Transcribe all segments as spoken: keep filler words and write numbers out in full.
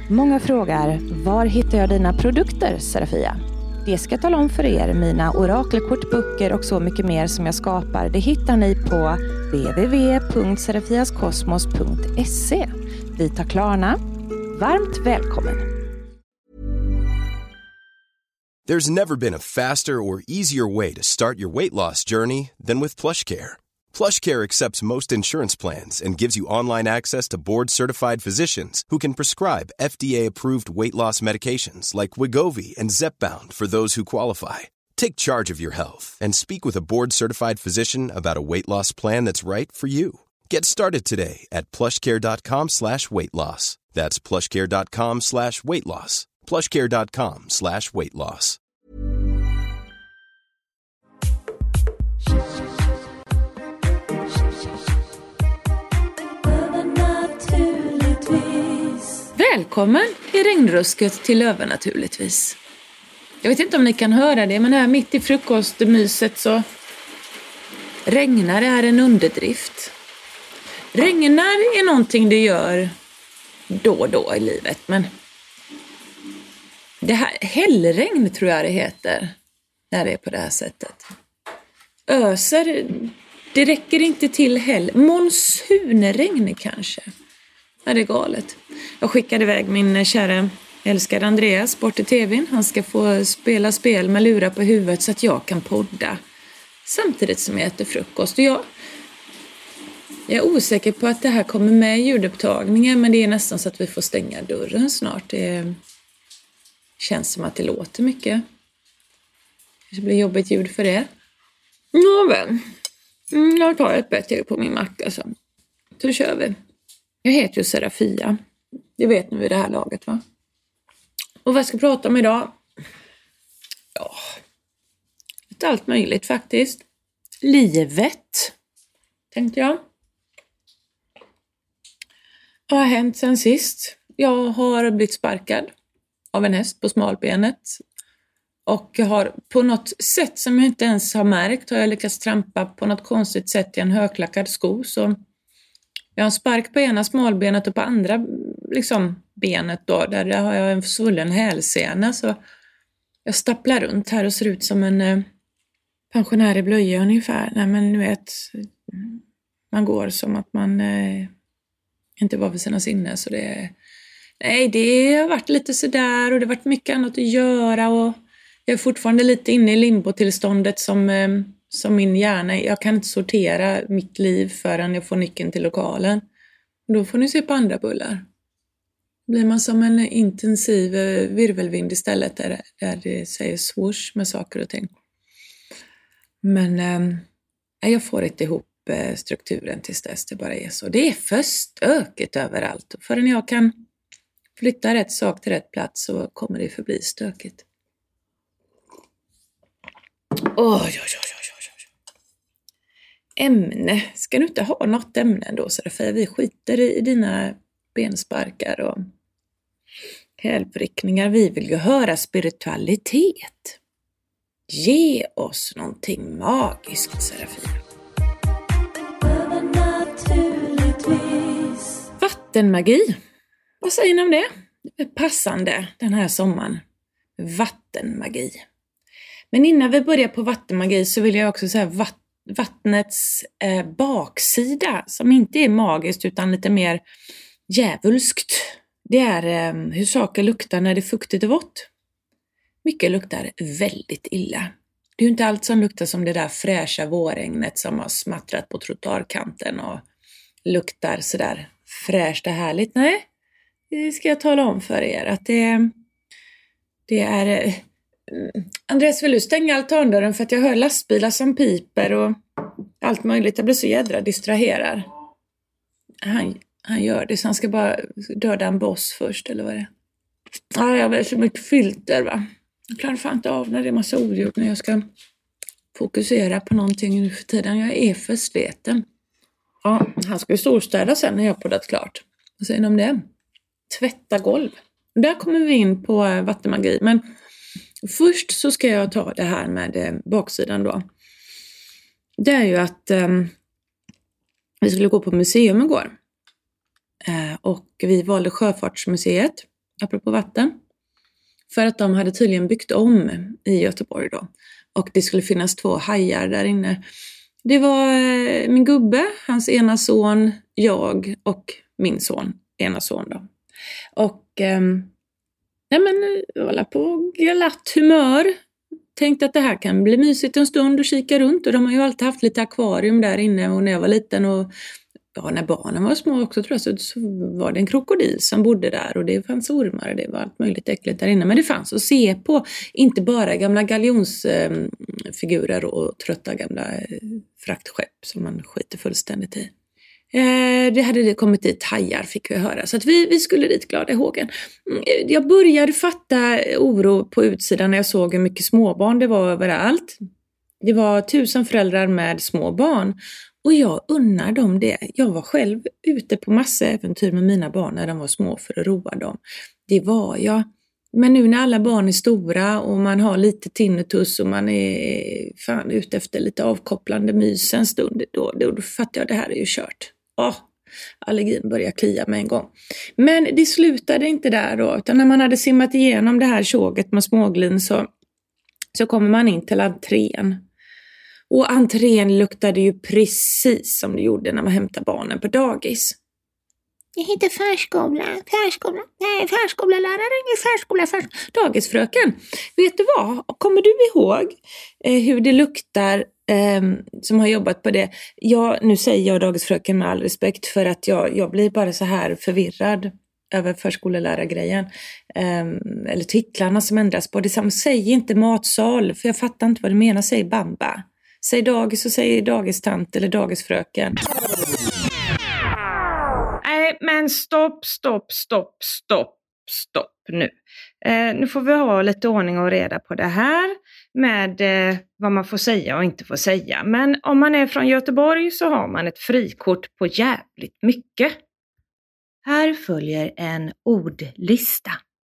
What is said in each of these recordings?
Många frågar, var hittar jag dina produkter, Serafia? Det ska jag tala om för er. Mina orakelkort, böcker och så mycket mer som jag skapar, det hittar ni på w w w punkt serafiaskosmos punkt se. Vi tar Klarna. Varmt välkommen! There's never been a faster or easier way to start your weight loss journey than with PlushCare. PlushCare accepts most insurance plans and gives you online access to board-certified physicians who can prescribe F D A-approved weight loss medications like Wegovy and Zepbound for those who qualify. Take charge of your health and speak with a board-certified physician about a weight loss plan that's right for you. Get started today at plushcare.com slash weight loss. That's plushcare.com slash weight loss. plushcare.com slash weight loss. Välkommen i regnrusket till övernaturligtvis. Jag vet inte om ni kan höra det, men här mitt i frukostmyset så regnar det är en underdrift. Regnar är någonting det gör då och då i livet, men det här hällregn tror jag det heter när det är på det här sättet. Öser, det räcker inte till heller. Monsunregn kanske. Ja, det är galet. Jag skickade iväg min kära älskade Andreas bort till tvn. Han ska få spela spel med lurar på huvudet så att jag kan podda samtidigt som jag äter frukost. Och jag, jag är osäker på att det här kommer med i ljudupptagningen, men det är nästan så att vi får stänga dörren snart. Det känns som att det låter mycket. Det blir jobbigt ljud för er. Nåväl, jag tar ett bett på min macka så. Så kör vi. Jag heter ju Serafia. Det vet ni vid det här laget, va? Och vad ska jag prata om idag? Ja, lite allt möjligt faktiskt. Livet, tänkte jag. Vad har hänt sen sist? Jag har blivit sparkad av en häst på smalbenet. Och jag har på något sätt som jag inte ens har märkt har jag lyckats trampa på något konstigt sätt i en högklackad sko. Så jag har en spark på ena smalbenet och på andra liksom, benet då. Där har jag en svullen hälsena. Så jag stapplar runt här och ser ut som en eh, pensionär i blöja ungefär. Nej, men du vet, man går som att man eh, inte var vid sina sinnen. Så det, nej, det har varit lite sådär och det har varit mycket annat att göra. Och jag är fortfarande lite inne i limbotillståndet som... Eh, Som min hjärna, jag kan inte sortera mitt liv förrän jag får nyckeln till lokalen. Då får ni se på andra bullar. Blir man som en intensiv virvelvind istället där, där det säger swoosh med saker och ting. Men eh, jag får inte ihop eh, strukturen tills dess det bara är så. Det är för stökigt överallt. Förrän jag kan flytta rätt sak till rätt plats så kommer det förbli stökigt. Oj, oj, oj, oj. Ämne. Ska du inte ha något ämne då, Serafia? Vi skiter i dina bensparkar och hälvrickningar. Vi vill ju höra spiritualitet. Ge oss någonting magiskt, Serafia. Vattenmagi. Vad säger ni om det? Det är passande den här sommaren. Vattenmagi. Men innan vi börjar på vattenmagi så vill jag också säga vatten. Vattnets eh, baksida som inte är magiskt utan lite mer djävulskt. Det är eh, hur saker luktar när det är fuktigt och vått. Mycket luktar väldigt illa. Det är ju inte allt som luktar som det där fräscha vårregnet som har smattrat på trottoarkanten och luktar sådär fräscht och härligt. Nej, det ska jag tala om för er att det, det är... Eh, Andreas, vill du stänga altandörren för att jag hör lastbilar som piper och allt möjligt. Jag blir så jädra distraherad. Han, han gör det så han ska bara döda en boss först eller vad det är. Ja, jag har så mycket filter, va. Jag klarar fan inte av när det är massa oljud när jag ska fokusera på någonting nu för tiden. Jag är för sleten. Ja, han ska ju storstäda sen när jag har poddat klart. Vad säger ni om det? Tvätta golv. Där kommer vi in på vattenmagi. Men först så ska jag ta det här med eh, baksidan då. Det är ju att eh, vi skulle gå på museum igår. Eh, och vi valde Sjöfartsmuseet. apropå vatten. För att de hade tydligen byggt om i Göteborg då. Och det skulle finnas två hajar där inne. Det var min gubbe, hans ena son, jag och min son, ena son då. Och eh, nej men, jag var på glatt humör. Tänkte att det här kan bli mysigt en stund och kika runt. Och de har ju alltid haft lite akvarium där inne. Och när jag var liten och ja, när barnen var små också tror jag, så, så var det en krokodil som bodde där. Och det fanns ormar och det var allt möjligt äckligt där inne. Men det fanns att se på, inte bara gamla galjonsfigurer eh, och trötta gamla eh, fraktskepp som man skiter fullständigt i. Eh, det hade det kommit dit hajar, fick vi höra. Så att vi, vi skulle dit glada i hågen. Jag började fatta oro på utsidan när jag såg hur mycket småbarn det var överallt. Det var tusen föräldrar med små barn. Och jag unnar dem det. Jag var själv ute på massa äventyr med mina barn när de var små för att roa dem. Det var jag. Men nu när alla barn är stora och man har lite tinnitus och man är fan ute efter lite avkopplande mys en stund, då, då, då fattar jag att det här är ju kört. Åh, allergin börjar klia med en gång. Men det slutade inte där då, utan när man hade simmat igenom det här tåget med småglin så, så kommer man in till entrén. Och entrén luktade ju precis som det gjorde när man hämtade barnen på dagis. Jag heter förskola, förskola, nej förskolalärare, förskola, förskola. Dagisfröken, vet du vad? Kommer du ihåg eh, hur det luktar eh, som har jobbat på det? Ja, nu säger jag dagisfröken med all respekt för att jag, jag blir bara så här förvirrad över förskollärargrejen. Eh, eller titlarna som ändras på. Det samma, säg inte matsal, för jag fattar inte vad du menar, säg bamba. Säg dagis och säg dagistant eller dagisfröken. Nej, men stopp, stopp, stopp, stopp, stopp nu. Eh, nu får vi ha lite ordning och reda på det här med eh, vad man får säga och inte får säga. Men om man är från Göteborg så har man ett frikort på jävligt mycket. Här följer en ordlista.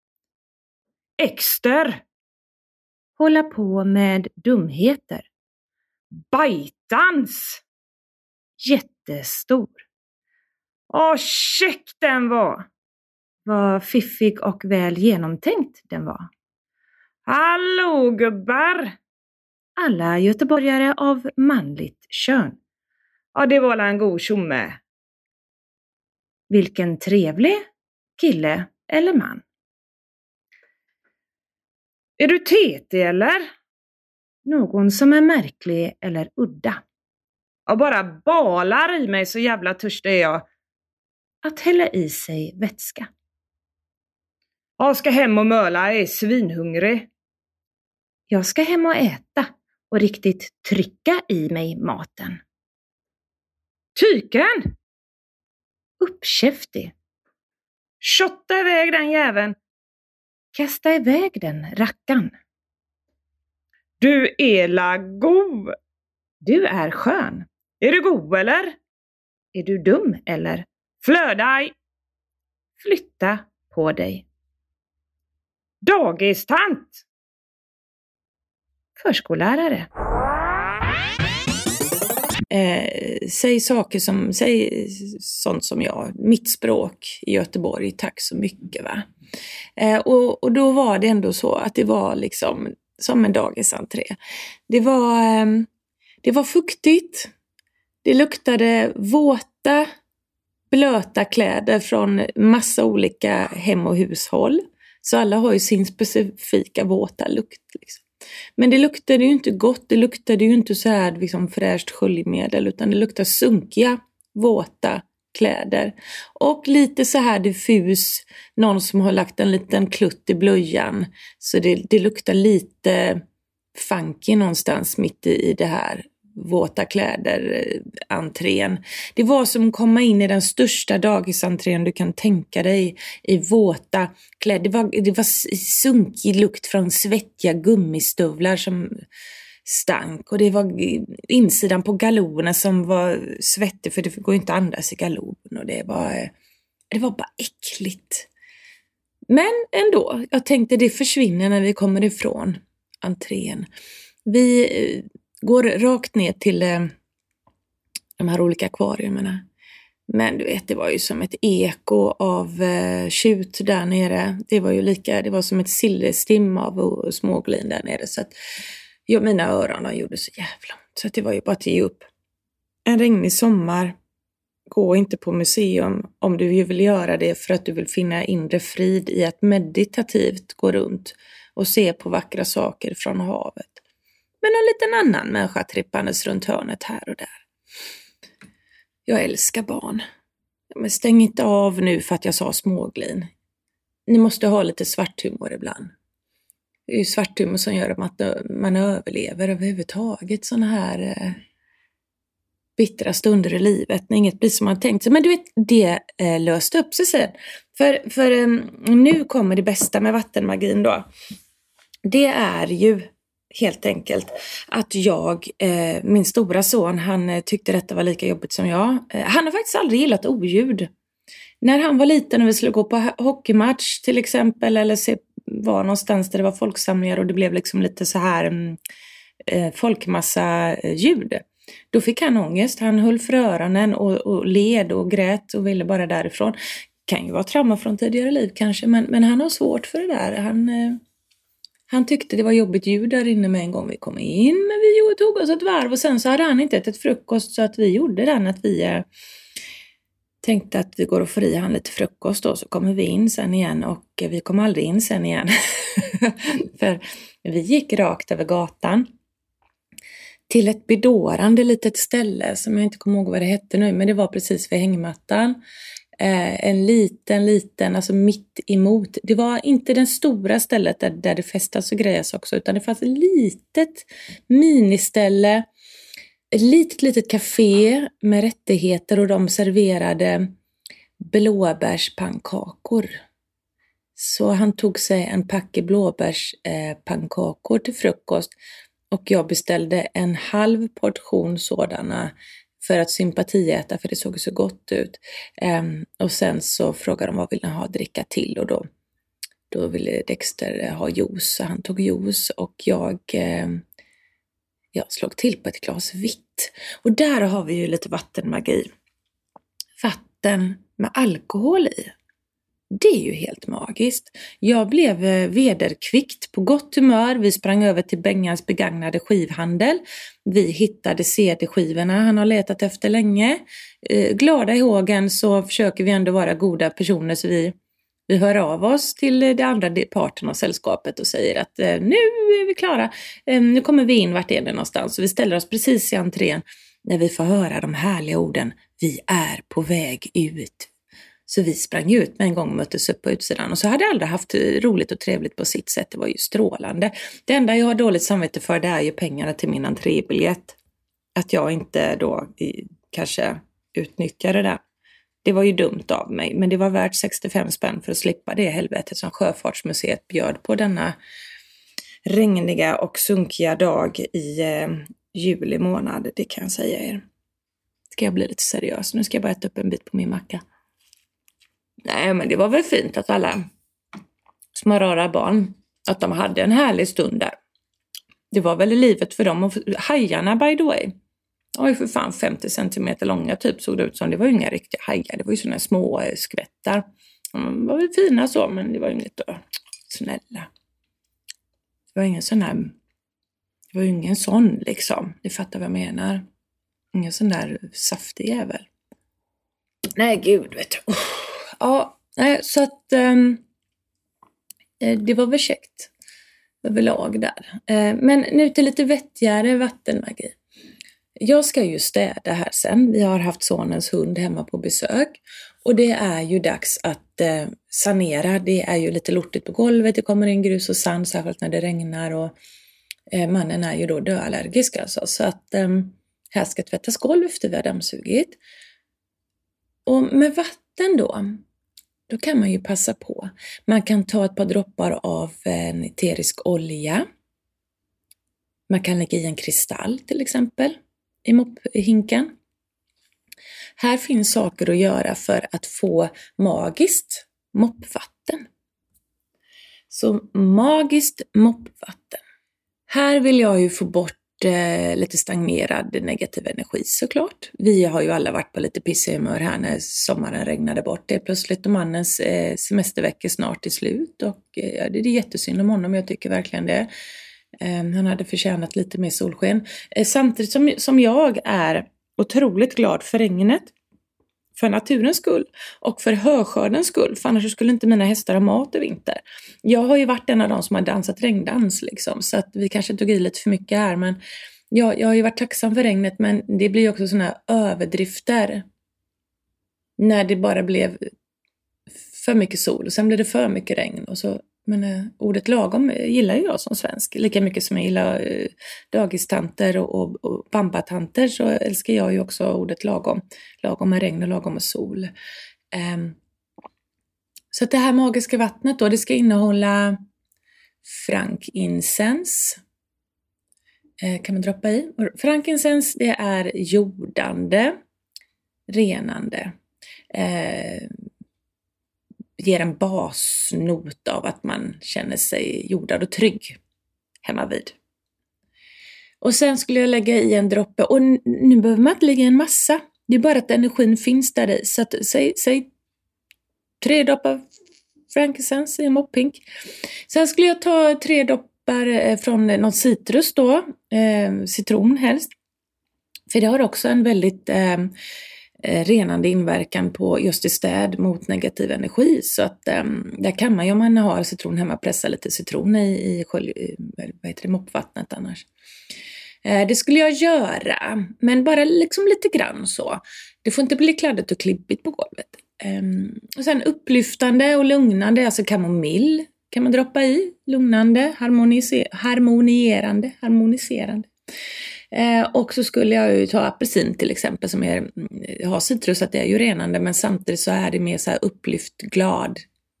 Exter. Hålla på med dumheter. Bajtans. Jättestor. Åh, check den var. Vad fiffig och väl genomtänkt den var. Hallå gubbar. Alla göteborgare av manligt kön. Ja, det var en god tjomme. Vilken trevlig kille eller man. Är du tete eller? Någon som är märklig eller udda. Jag bara balar i mig, så jävla törstig är jag. Att hälla i sig vätska. Jag ska hem och möla, jag är svinhungrig. Jag ska hem och äta och riktigt trycka i mig maten. Tyken! Uppkäftig. Shotta iväg den jäveln. Kasta iväg den rackan. Du är la god. Du är skön. Är du god eller? Är du dum eller? Flödaj. Flytta på dig. Dagistant. Förskollärare. Eh, säg saker som, säg sånt som jag, mitt språk i Göteborg, tack så mycket va. Eh, och, och då var det ändå så att det var liksom som en dagisentré. Det var, eh, det var fuktigt, det luktade våta, blöta kläder från massa olika hem- och hushåll. Så alla har ju sin specifika våta lukt liksom. Men det luktade ju inte gott, det luktade ju inte så här liksom fräscht sköljmedel, utan det luktade sunkiga, våta kläder. Och lite så här diffus, någon som har lagt en liten klutt i blöjan. Så det, det luktar lite funky någonstans mitt i, i det här våta kläder, entrén. Det var som att komma in i den största dagisentrén du kan tänka dig, i våta kläder. Det var, det var sunkig lukt från svettiga gummistövlar som stank, och det var insidan på galonerna som var svettig, för det går inte att andas i galonen, och det var, det var bara äckligt. Men ändå, jag tänkte det försvinner när vi kommer ifrån entrén. Vi går rakt ner till eh, de här olika akvarierna. Men du vet, det var ju som ett eko av eh, tjut där nere. Det var ju lika, det var som ett sillestim av småglin där nere. Så att ja, mina öron de gjorde så jävla ont. Så att det var ju bara att ge upp. En regnig sommar, gå inte på museum om du vill göra det för att du vill finna inre frid i att meditativt gå runt och se på vackra saker från havet. Men en liten annan människa trippandes runt hörnet här och där. Jag älskar barn. Men stäng inte av nu för att jag sa småglin. Ni måste ha lite svarthumor ibland. Det är ju svarthumor som gör att man överlever överhuvudtaget sådana här eh, bittra stunder i livet. När inget blir som man tänkt sig. Men du vet, det eh, löste upp sig sen. För, för eh, nu kommer det bästa med vattenmagin då. Det är ju helt enkelt att jag, eh, min stora son, han eh, tyckte detta var lika jobbigt som jag. Eh, han har faktiskt aldrig gillat oljud. När han var liten och vi skulle gå på hockeymatch till exempel, eller se var någonstans där det var folksamlingar och det blev liksom lite så här eh, folkmassa eh, ljud. Då fick han ångest. Han höll för öronen och, och led och grät och ville bara därifrån. Kan ju vara trauma från tidigare liv kanske, men, men han har svårt för det där. Han... Eh, Han tyckte det var jobbigt ljud där inne med en gång vi kom in. Men vi tog oss ett varv och sen så hade han inte ätit frukost. Så att vi gjorde den att vi eh, tänkte att vi går och får i han lite frukost då. Så kommer vi in sen igen och eh, vi kom aldrig in sen igen. För vi gick rakt över gatan till ett bedårande litet ställe som jag inte kommer ihåg vad det hette nu. Men det var precis vid hängmattan. Eh, en liten, liten, alltså mitt emot. Det var inte den stora stället där, där det festas och grejas också, utan det fanns ett litet ministälle, ett litet, litet café med rättigheter och de serverade blåbärspannkakor. Så han tog sig en packe blåbärspannkakor eh, till frukost och jag beställde en halv portion sådana för att sympatiäta, för det såg så gott ut. Um, och sen så frågade de vad vill ni ha dricka till, och då, då ville Dexter ha juice, så han tog juice och jag, um, jag slog till på ett glas vitt. Och där har vi ju lite vattenmagi. Vatten med alkohol i. Det är ju helt magiskt. Jag blev vederkvickt på gott humör. Vi sprang över till Bengans begagnade skivhandel. Vi hittade C D-skivorna han har letat efter länge. Glada i hågen så försöker vi ändå vara goda personer, så vi, vi hör av oss till det andra parten av sällskapet och säger att nu är vi klara. Nu kommer vi in, vart är det någonstans? Så vi ställer oss precis i entrén när vi får höra de härliga orden: vi är på väg ut. Så vi sprang ut med en gång och möttes upp på utsidan. Och så hade jag aldrig haft roligt och trevligt på sitt sätt. Det var ju strålande. Det enda jag har dåligt samvete för, det är ju pengarna till min entrébiljett. Att jag inte då i, kanske utnyttjade det. Det var ju dumt av mig. Men det var värt sextiofem spänn för att slippa det helvetet som Sjöfartsmuseet bjöd på denna regniga och sunkiga dag i eh, juli månad. Det kan jag säga er. Ska jag bli lite seriös? Nu ska jag bara äta upp en bit på min macka. Nej, men det var väl fint att alla små rara barn, att de hade en härlig stund där. Det var väl livet för dem. Och hajarna, by the way, var ju för fan femtio centimeter långa typ, såg det ut som. Det var ju inga riktiga hajar, det var ju sådana små skvättar. De var väl fina så, men det var ju inget då. Snälla. Det var ingen sån här, det var ju ingen sån liksom. Det fattar vad jag menar. Ingen sån där saftig jävel. Nej, gud, vet du. Oh. Ja, så att um, det var väl käckt överlag där. Uh, men nu till lite vettigare vattenmagi. Jag ska ju städa här sen. Vi har haft sonens hund hemma på besök. Och det är ju dags att uh, sanera. Det är ju lite lortigt på golvet. Det kommer in grus och sand, särskilt när det regnar. Och uh, mannen är ju då döallergisk alltså. Så att um, här ska tvättas golv efter vi har dammsugit. Och med vatten då, då kan man ju passa på. Man kan ta ett par droppar av en eterisk olja. Man kan lägga i en kristall till exempel i mopphinken. Här finns saker att göra för att få magiskt moppvatten. Så magiskt moppvatten. Här vill jag ju få bort eh, lite stagnerad negativ energi såklart. Vi har ju alla varit på lite pissig humör här när sommaren regnade bort. Det är plötsligt och mannens eh, semestervecka snart är slut och eh, det är jättesynd om honom, jag tycker verkligen det. Eh, han hade förtjänat lite mer solsken. Eh, samtidigt som, som jag är otroligt glad för regnet. För naturens skull och för hörskördens skull. För annars skulle inte mina hästar ha mat i vinter. Jag har ju varit en av de som har dansat regndans liksom. Så att vi kanske tog i lite för mycket här. Men jag, jag har ju varit tacksam för regnet. Men det blir ju också sådana överdrifter. När det bara blev för mycket sol. Och sen blev det för mycket regn. Och så, men äh, ordet lagom gillar ju jag som svensk. Lika mycket som jag gillar äh, dagistanter och, och, och pampatanter. Så älskar jag ju också ordet lagom. Lagom med regn och lagom med sol. Um, så att det här magiska vattnet då. Det ska innehålla frankincense. Uh, kan man droppa i. Och frankincense det är jordande. Renande. Uh, ger en basnot av att man känner sig jordad och trygg hemma vid. Och sen skulle jag lägga i en droppe. Och nu behöver man inte lägga en massa. Det är bara att energin finns där i. Så att, säg, säg tre droppar frankincense i en moppink. Sen skulle jag ta tre droppar från något citrus då. Eh, citron helst. För det har också en väldigt... Eh, renande inverkan på just i städ mot negativ energi. Så att um, där kan man ju om man har citron hemma pressa lite citron i, i, i vad heter det, moppvattnet annars. Eh, det skulle jag göra. Men bara liksom lite grann så. Det får inte bli kladdigt och klibbigt på golvet. Um, och sen upplyftande och lugnande. Alltså kamomill kan man droppa i. Lugnande, harmonise- harmonierande, harmoniserande. Eh, och så skulle jag ju ta apelsin till exempel som är, har citrus att det är ju renande men samtidigt så är det mer så här upplyft, glad,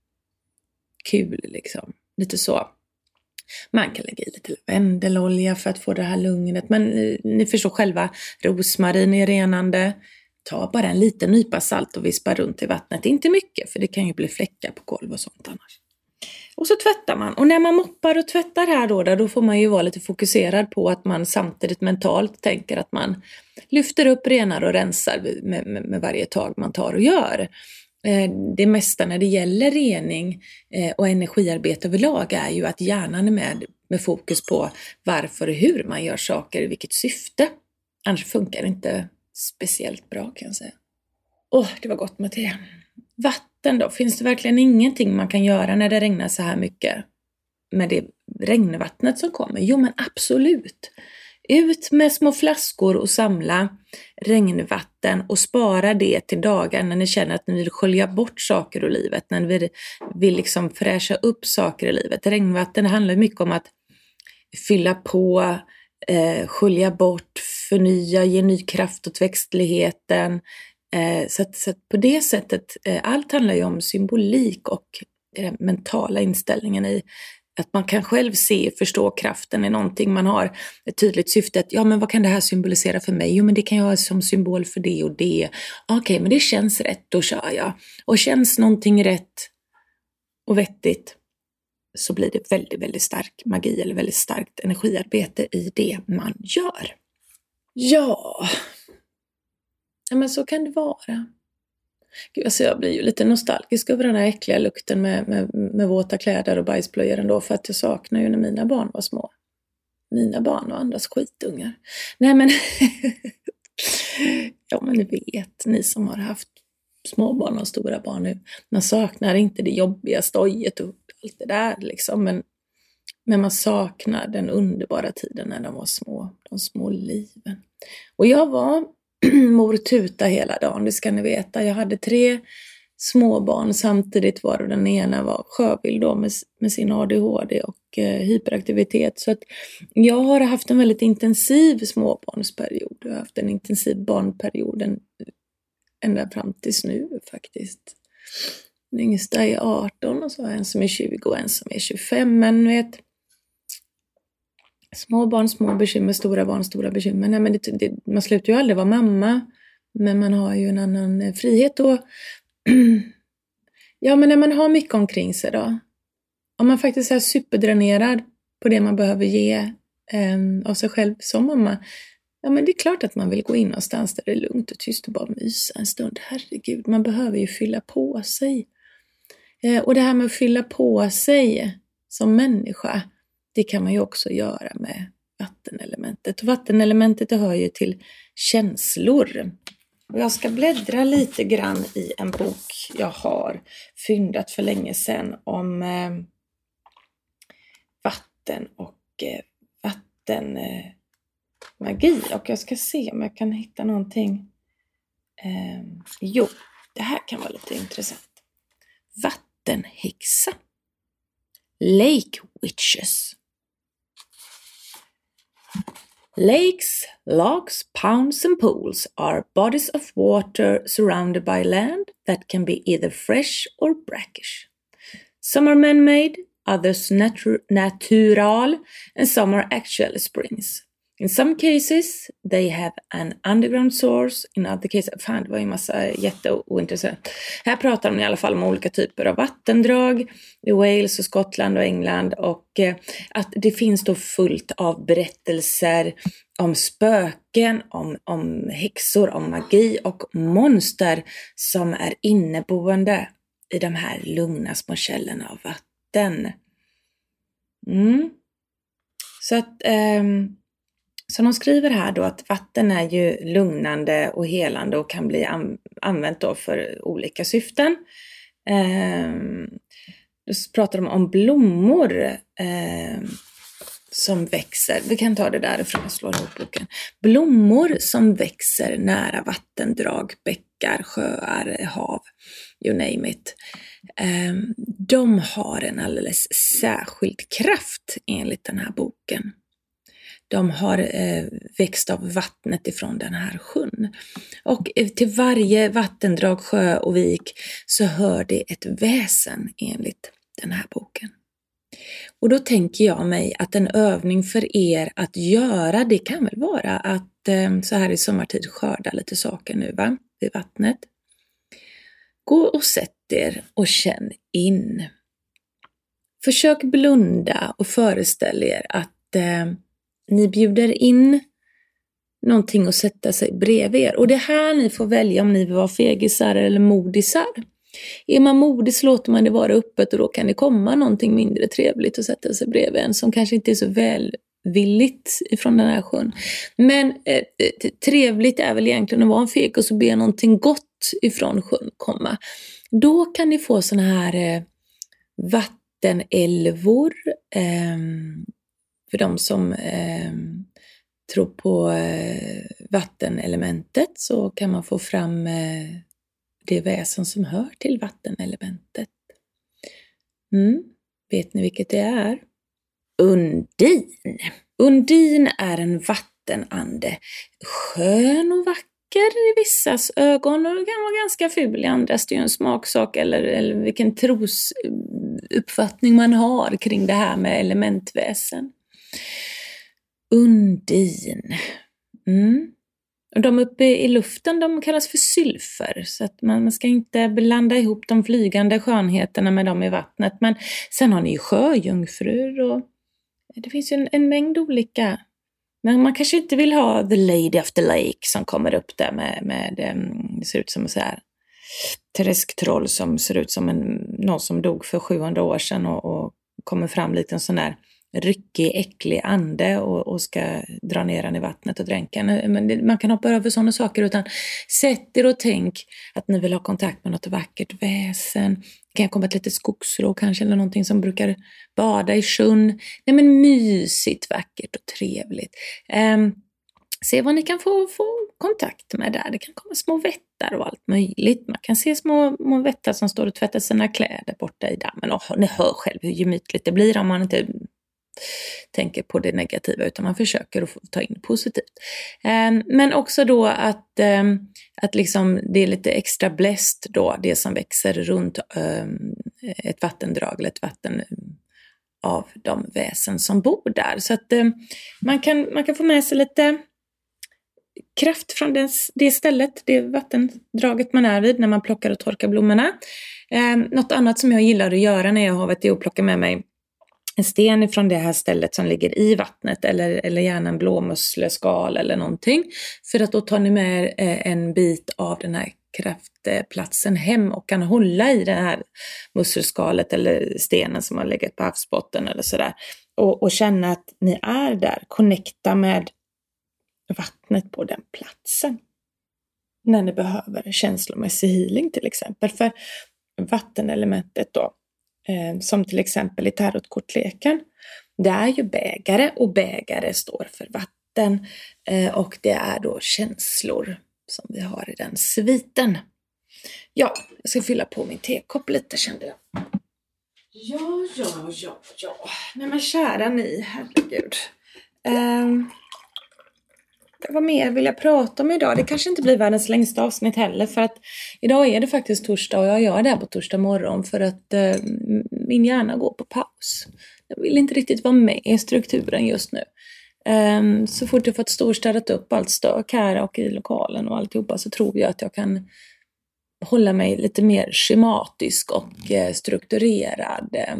kul liksom, lite så. Man kan lägga i lite lavendelolja för att få det här lugnet men eh, ni förstår själva, rosmarin är renande. Ta bara en liten nypa salt och vispa runt i vattnet, inte mycket för det kan ju bli fläckar på golv och sånt annars. Och så tvättar man. Och när man moppar och tvättar här då, då får man ju vara lite fokuserad på att man samtidigt mentalt tänker att man lyfter upp, renar och rensar med, med, med varje tag man tar och gör. Eh, det mesta när det gäller rening eh, och energiarbete överlag är ju att hjärnan är med, med fokus på varför och hur man gör saker, i vilket syfte. Annars funkar det inte speciellt bra kan jag säga. Åh, det var gott med te. Vatten då, finns det verkligen ingenting man kan göra när det regnar så här mycket med det regnvattnet som kommer? Jo men absolut. Ut med små flaskor och samla regnvatten och spara det till dagar när ni känner att ni vill skölja bort saker ur livet. När ni vill, vill liksom fräscha upp saker i livet. Regnvatten handlar mycket om att fylla på, eh, skölja bort, förnya, ge ny kraft åt växtligheten. Så att, så att på det sättet, allt handlar ju om symbolik och den mentala inställningen i att man kan själv se och förstå kraften i någonting. Man har ett tydligt syfte att, ja men vad kan det här symbolisera för mig? Jo men det kan jag ha som symbol för det och det. Okej, okay, men det känns rätt, då kör jag. Och känns någonting rätt och vettigt så blir det väldigt, väldigt stark magi eller väldigt starkt energiarbete i det man gör. Ja... Ja, men så kan det vara. Gud, alltså jag blir ju lite nostalgisk över den här äckliga lukten med, med, med våta kläder och bajsblöjor ändå. För att jag saknar ju när mina barn var små. Mina barn och andras skitungar. Nej men... ja men ni vet, ni som har haft småbarn och stora barn nu. Man saknar inte det jobbiga stojet och allt det där liksom. Men, men man saknar den underbara tiden när de var små. De små liven. Och jag var... mor tuta hela dagen, det ska ni veta. Jag hade tre småbarn samtidigt var och den ena var sjövild då med, med sin A D H D och eh, hyperaktivitet. Så att jag har haft en väldigt intensiv småbarnsperiod. Jag har haft en intensiv barnperiod en, ända fram tills nu faktiskt. Den yngsta är arton och så har jag en som är tjugo och en som är tjugofem. Men vet... Små barn, små bekymmer, stora barn, stora bekymmer. Nej, men det, det, man slutar ju aldrig vara mamma. Men man har ju en annan frihet då. Ja, men när man har mycket omkring sig då. Om man faktiskt är superdränerad på det man behöver ge eh, av sig själv som mamma. Ja, men det är klart att man vill gå in någonstans där det är lugnt och tyst och bara mysa en stund. Herregud, man behöver ju fylla på sig. Eh, och det här med att fylla på sig som människa, det kan man ju också göra med vattenelementet. Och vattenelementet, det hör ju till känslor. Och jag ska bläddra lite grann i en bok jag har fyndat för länge sedan om eh, vatten och eh, vattenmagi. Eh, och jag ska se om jag kan hitta någonting. Eh, jo, det här kan vara lite intressant. Vattenhäxa. Lake witches. Lakes, lochs, ponds and pools are bodies of water surrounded by land that can be either fresh or brackish. Some are man-made, others natu- natural, and some are actual springs. In some cases, they have an underground source. In other cases, fan, det var ju en massa jätteointressant. Här pratar de i alla fall om olika typer av vattendrag i Wales och Skottland och England. Och eh, att det finns då fullt av berättelser om spöken, om, om häxor, om magi och monster som är inneboende i de här lugna små källorna av vatten. Mm. Så att... Eh, Så de skriver här då att vatten är ju lugnande och helande och kan bli an- använt då för olika syften. Eh, då pratar de om blommor eh, som växer. Vi kan ta det därifrån och slå ihop boken. Blommor som växer nära vattendrag, bäckar, sjöar, hav, you name it. Eh, de har en alldeles särskild kraft enligt den här boken. De har eh, växt av vattnet ifrån den här sjön. Och eh, till varje vattendrag, sjö och vik så hör det ett väsen enligt den här boken. Och då tänker jag mig att en övning för er att göra, det kan väl vara att eh, så här i sommartid skörda lite saker nu, va? Vid vattnet. Gå och sätt er och känn in. Försök blunda och föreställ er att eh, ni bjuder in någonting att sätta sig bredvid er. Och det här ni får välja om ni vill vara fegisar eller modisar. Är man modig så låter man det vara öppet och då kan det komma någonting mindre trevligt att sätta sig bredvid en som kanske inte är så välvilligt ifrån den här sjön. Men eh, trevligt är väl egentligen att vara en feg och så be någonting gott ifrån sjön komma. Då kan ni få såna här eh, vattenälvor. Eh, För de som eh, tror på eh, vattenelementet så kan man få fram eh, det väsen som hör till vattenelementet. Mm. Vet ni vilket det är? Undin. Undin är en vattenande. Skön och vacker i vissas ögon och kan vara ganska ful i andras. Det är ju en smaksak eller, eller vilken trosuppfattning man har kring det här med elementväsen. Undin. Mm. Och de uppe i luften, de kallas för sylfer. Så att man ska inte blanda ihop de flygande skönheterna med dem i vattnet. Men sen har ni ju sjöjungfrur och det finns ju en, en mängd olika. Men man kanske inte vill ha the lady of the lake som kommer upp där med, med det ser ut som så här träsktroll som ser ut som en, någon som dog för sjuhundra år sedan och, och kommer fram lite en sån där ryckig, äcklig ande och, och ska dra ner den i vattnet och dränka. Men det, man kan hoppa över sådana saker, utan sätt er och tänk att ni vill ha kontakt med något vackert väsen. Det kan komma ett litet skogsrå kanske eller någonting som brukar bada i sjön. Nej, men mysigt, vackert och trevligt. Um, se vad ni kan få, få kontakt med där. Det kan komma små vättar och allt möjligt. Man kan se små, små vättar som står och tvättar sina kläder borta i dammen. Och ni hör själv hur gemytligt det blir om man inte tänker på det negativa utan man försöker att ta in positivt. Um, men också då att, um, att liksom det är lite extra bläst då, det som växer runt um, ett vattendrag eller ett vatten av de väsen som bor där. Så att um, man, kan, man kan få med sig lite kraft från det, det stället, det vattendraget man är vid när man plockar och torkar blommorna. Um, något annat som jag gillar att göra när jag har varit i och plocka med mig en sten ifrån det här stället som ligger i vattnet, eller, eller gärna en blåmussleskal eller någonting, för att då tar ni med eh, en bit av den här kraftplatsen hem och kan hålla i det här musselskalet eller stenen som har legat på havsbotten eller sådär, och, och känna att ni är där, connecta med vattnet på den platsen när ni behöver känslomässig healing till exempel. För vattenelementet då, eh, som till exempel i tarotkortleken, det är ju bägare, och bägare står för vatten, eh, och det är då känslor som vi har i den sviten. Ja, jag ska fylla på min tekopp lite, kände jag. Ja, ja, ja, ja. Nej men kära ni, herregud. Um, vad mer vill jag prata om idag? Det kanske inte blir världens längsta avsnitt heller, för att idag är det faktiskt torsdag och jag gör det här på torsdag morgon för att uh, min hjärna går på paus. Jag vill inte riktigt vara med i strukturen just nu. Um, så fort jag fått storstädat upp allt stök här och i lokalen och alltihopa, så tror jag att jag kan hålla mig lite mer schematisk och eh, strukturerad. Eh,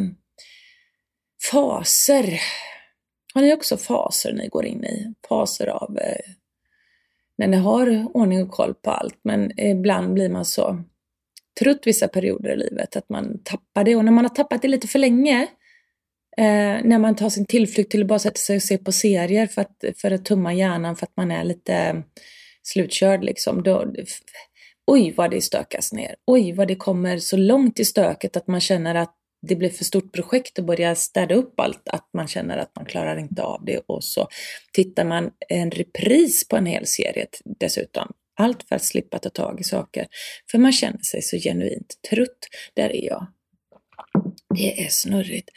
faser. Har ni också faser ni går in i? Faser av eh, när ni har ordning och koll på allt, men ibland blir man så trött vissa perioder i livet att man tappar det, och när man har tappat det lite för länge, Eh, när man tar sin tillflykt till att bara sätta sig och se på serier för att, för att tumma hjärnan för att man är lite slutkörd liksom, då, oj vad det stökas ner, oj vad det kommer så långt i stöket att man känner att det blir för stort projekt att börja städa upp allt, att man känner att man klarar inte av det, och så tittar man en repris på en hel serie dessutom, allt för att slippa ta tag i saker, för man känner sig så genuint trött. Där är jag. Det är snurrigt.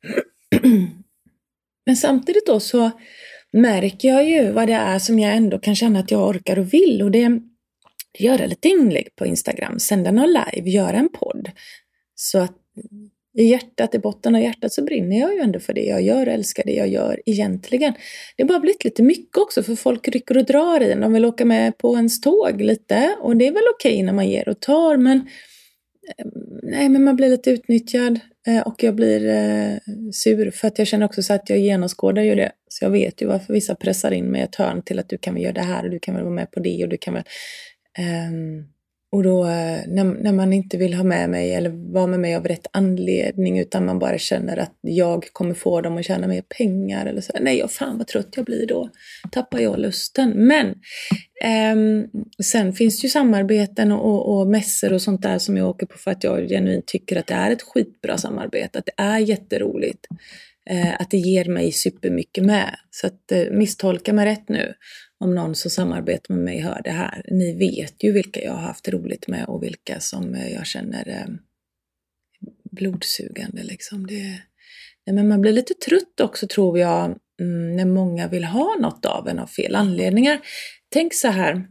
Men samtidigt då så märker jag ju vad det är som jag ändå kan känna att jag orkar och vill, och det är göra lite inlägg på Instagram, sända någon live, göra en podd, så att i hjärtat, i botten av hjärtat så brinner jag ju ändå för det jag gör, älskar det jag gör egentligen. Det har bara blivit lite mycket också, för folk rycker och drar i en, de vill åka med på ens tåg lite, och det är väl okej när man ger och tar, men nej, men man blir lite utnyttjad, och jag blir eh, sur för att jag känner också så att jag genomskådar ju det, så jag vet ju varför vissa pressar in mig ett hörn till att du kan väl göra det här och du kan väl vara med på det och du kan väl um, och då när, när man inte vill ha med mig eller vara med mig av rätt anledning, utan man bara känner att jag kommer få dem att tjäna mer pengar eller så, nej, jag fan vad trött jag blir, då tappar jag lusten. Men um, sen finns det ju samarbeten och, och, och mässor och sånt där som jag åker på för att jag genuint tycker att det är ett skitbra samarbete, att det är jätteroligt, uh, att det ger mig supermycket med. Så att uh, misstolka mig rätt nu om någon som samarbetar med mig hör det här. Ni vet ju vilka jag har haft roligt med och vilka som jag känner eh, blodsugande. Liksom. Det, nej, men man blir lite trött också, tror jag, mm, när många vill ha något av en av fel anledningar. Tänk så här,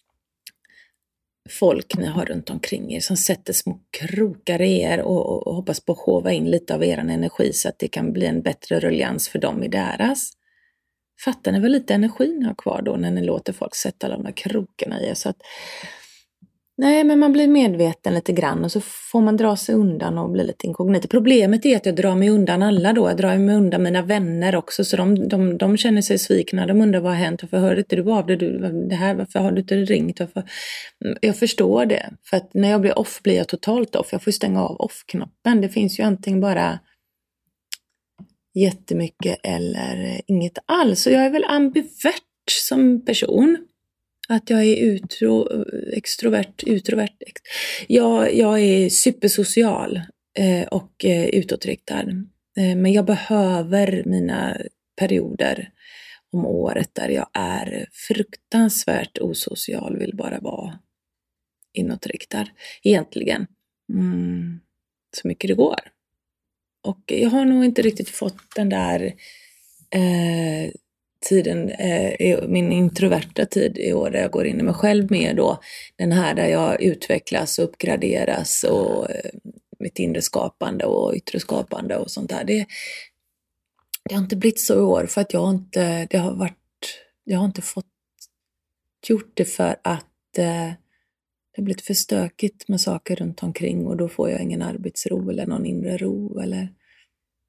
folk ni har runt omkring er som sätter små krokar i er och, och, och hoppas på att hova in lite av er energi så att det kan bli en bättre ruljans för dem i deras. Fattar ni väl lite energi ni har kvar då när ni låter folk sätta alla de där krokarna i er? Så att, nej, men man blir medveten lite grann och så får man dra sig undan och bli lite inkognito. Problemet är att jag drar mig undan alla då. Jag drar mig undan mina vänner också, så de, de, de känner sig svikna. De undrar vad har hänt, varför hörde inte du av det, du, det här, varför har du inte ringt? Varför? Jag förstår det, för att när jag blir off blir jag totalt off. Jag får stänga av off-knappen. Det finns ju antingen bara jättemycket eller inget alls. Så jag är väl ambivert som person. Att jag är utro, extrovert, utrovert. Jag, jag är supersocial eh, och eh, utåtriktad. Eh, men jag behöver mina perioder om året där jag är fruktansvärt osocial, vill bara vara inåtriktad. Egentligen. Mm, så mycket det går. Och jag har nog inte riktigt fått den där eh, tiden, eh, min introverta tid i år där jag går in i mig själv mer då. Den här där jag utvecklas och uppgraderas och eh, mitt inre skapande och yttre skapande och sånt där. Det, det har inte blivit så i år för att jag har inte, det har varit, jag har inte fått gjort det för att eh, det har blivit för stökigt med saker runt omkring och då får jag ingen arbetsro eller någon inre ro eller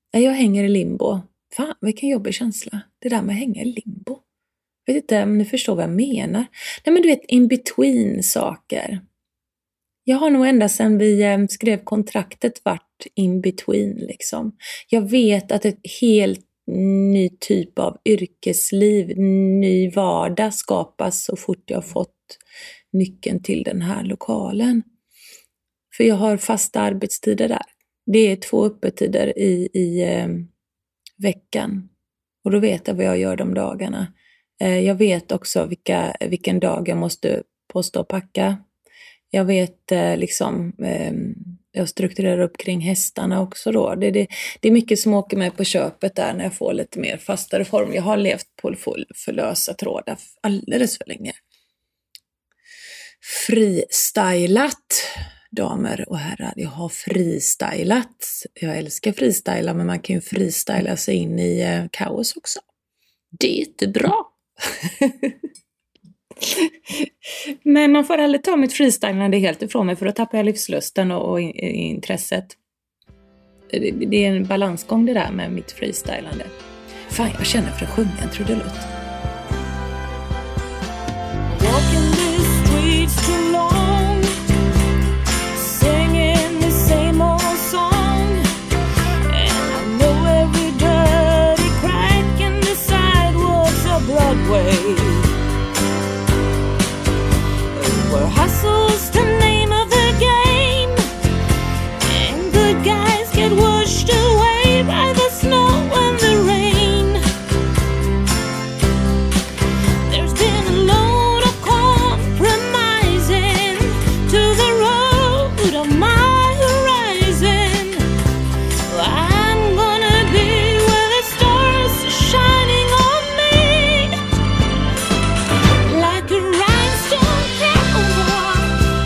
Jag hänger i limbo. Fan, vilken jobbig känsla. Det där med att hänga i limbo. Jag vet inte om ni förstår vad jag menar. Nej, men du vet, in between saker. Jag har nog ända sedan vi skrev kontraktet varit in between liksom. Jag vet att ett helt ny typ av yrkesliv, ny vardag skapas så fort jag har fått nyckeln till den här lokalen. För jag har fasta arbetstider där. Det är två öppettider i, i eh, veckan. Och då vet jag vad jag gör de dagarna. Eh, jag vet också vilka, vilken dag jag måste posta och packa. Jag vet eh, liksom, eh, jag strukturerar upp kring hästarna också då. Det, det, det är mycket som åker med på köpet där när jag får lite mer fastare form. Jag har levt på full för lösa trådar alldeles för länge. Fristylat, damer och herrar. Jag har fristylat. Jag älskar fristyla, men man kan ju fristyla sig in i eh, kaos också. Det är inte bra. Men man får aldrig ta mitt freestylande helt ifrån mig, för då tappar jag livslusten och, och intresset. Det, det är en balansgång det där med mitt freestylande. Fan, jag känner för att sjunga en trudelutt. Walking these streets too long, singing the same old song, and I know every dirty crack in the sidewalks of Broadway. Where hustle's the name of the game, and good guys get washed away by the snow and the rain. There's been a load of compromising to the road of my horizon. I'm gonna be where the stars are shining on me, like a rhinestone cowboy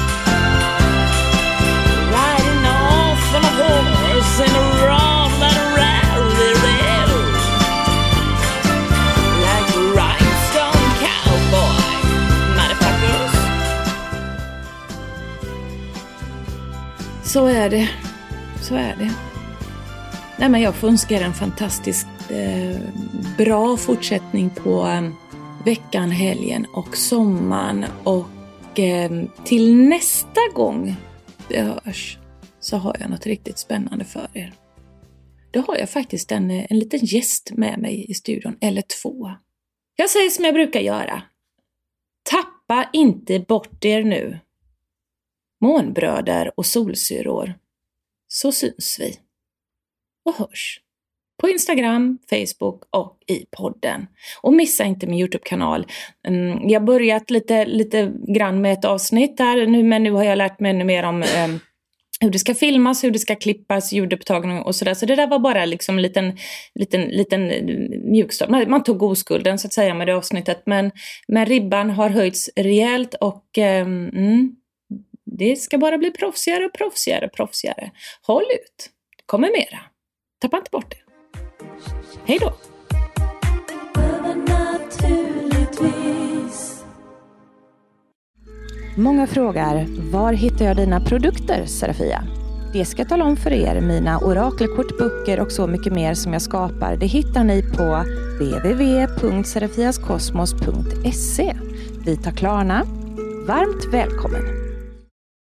riding off on a horse in a round and rally rail, like a rhinestone cowboy, motherfuckers. Så är det. Så är det. Nej, men jag får önska er en fantastisk eh, bra fortsättning på eh, veckan, helgen och sommaren. Och eh, till nästa gång det hörs så har jag något riktigt spännande för er. Då har jag faktiskt en, en liten gäst med mig i studion, eller två. Jag säger som jag brukar göra. Tappa inte bort er nu. Månbröder och solsyror. Så syns vi. Och hörs. På Instagram, Facebook och i podden. Och missa inte min YouTube-kanal. Jag har börjat lite, lite grann med ett avsnitt här nu, men nu har jag lärt mig ännu mer om um, hur det ska filmas, hur det ska klippas, ljudupptagning och sådär. Så det där var bara liksom en liten, liten, liten mjukstart. Man, man tog oskulden så att säga med det avsnittet. Men, men ribban har höjts rejält och um, mm, det ska bara bli proffsigare och proffsigare och proffsigare. Håll ut. Det kommer mera. Tappa inte bort det. Hej då! Många frågar, var hittar jag dina produkter, Serafia? Det ska jag tala om för er. Mina orakelkortböcker och så mycket mer som jag skapar, det hittar ni på w w w punkt serafiaskosmos punkt se. Vi tar Klarna. Varmt välkommen!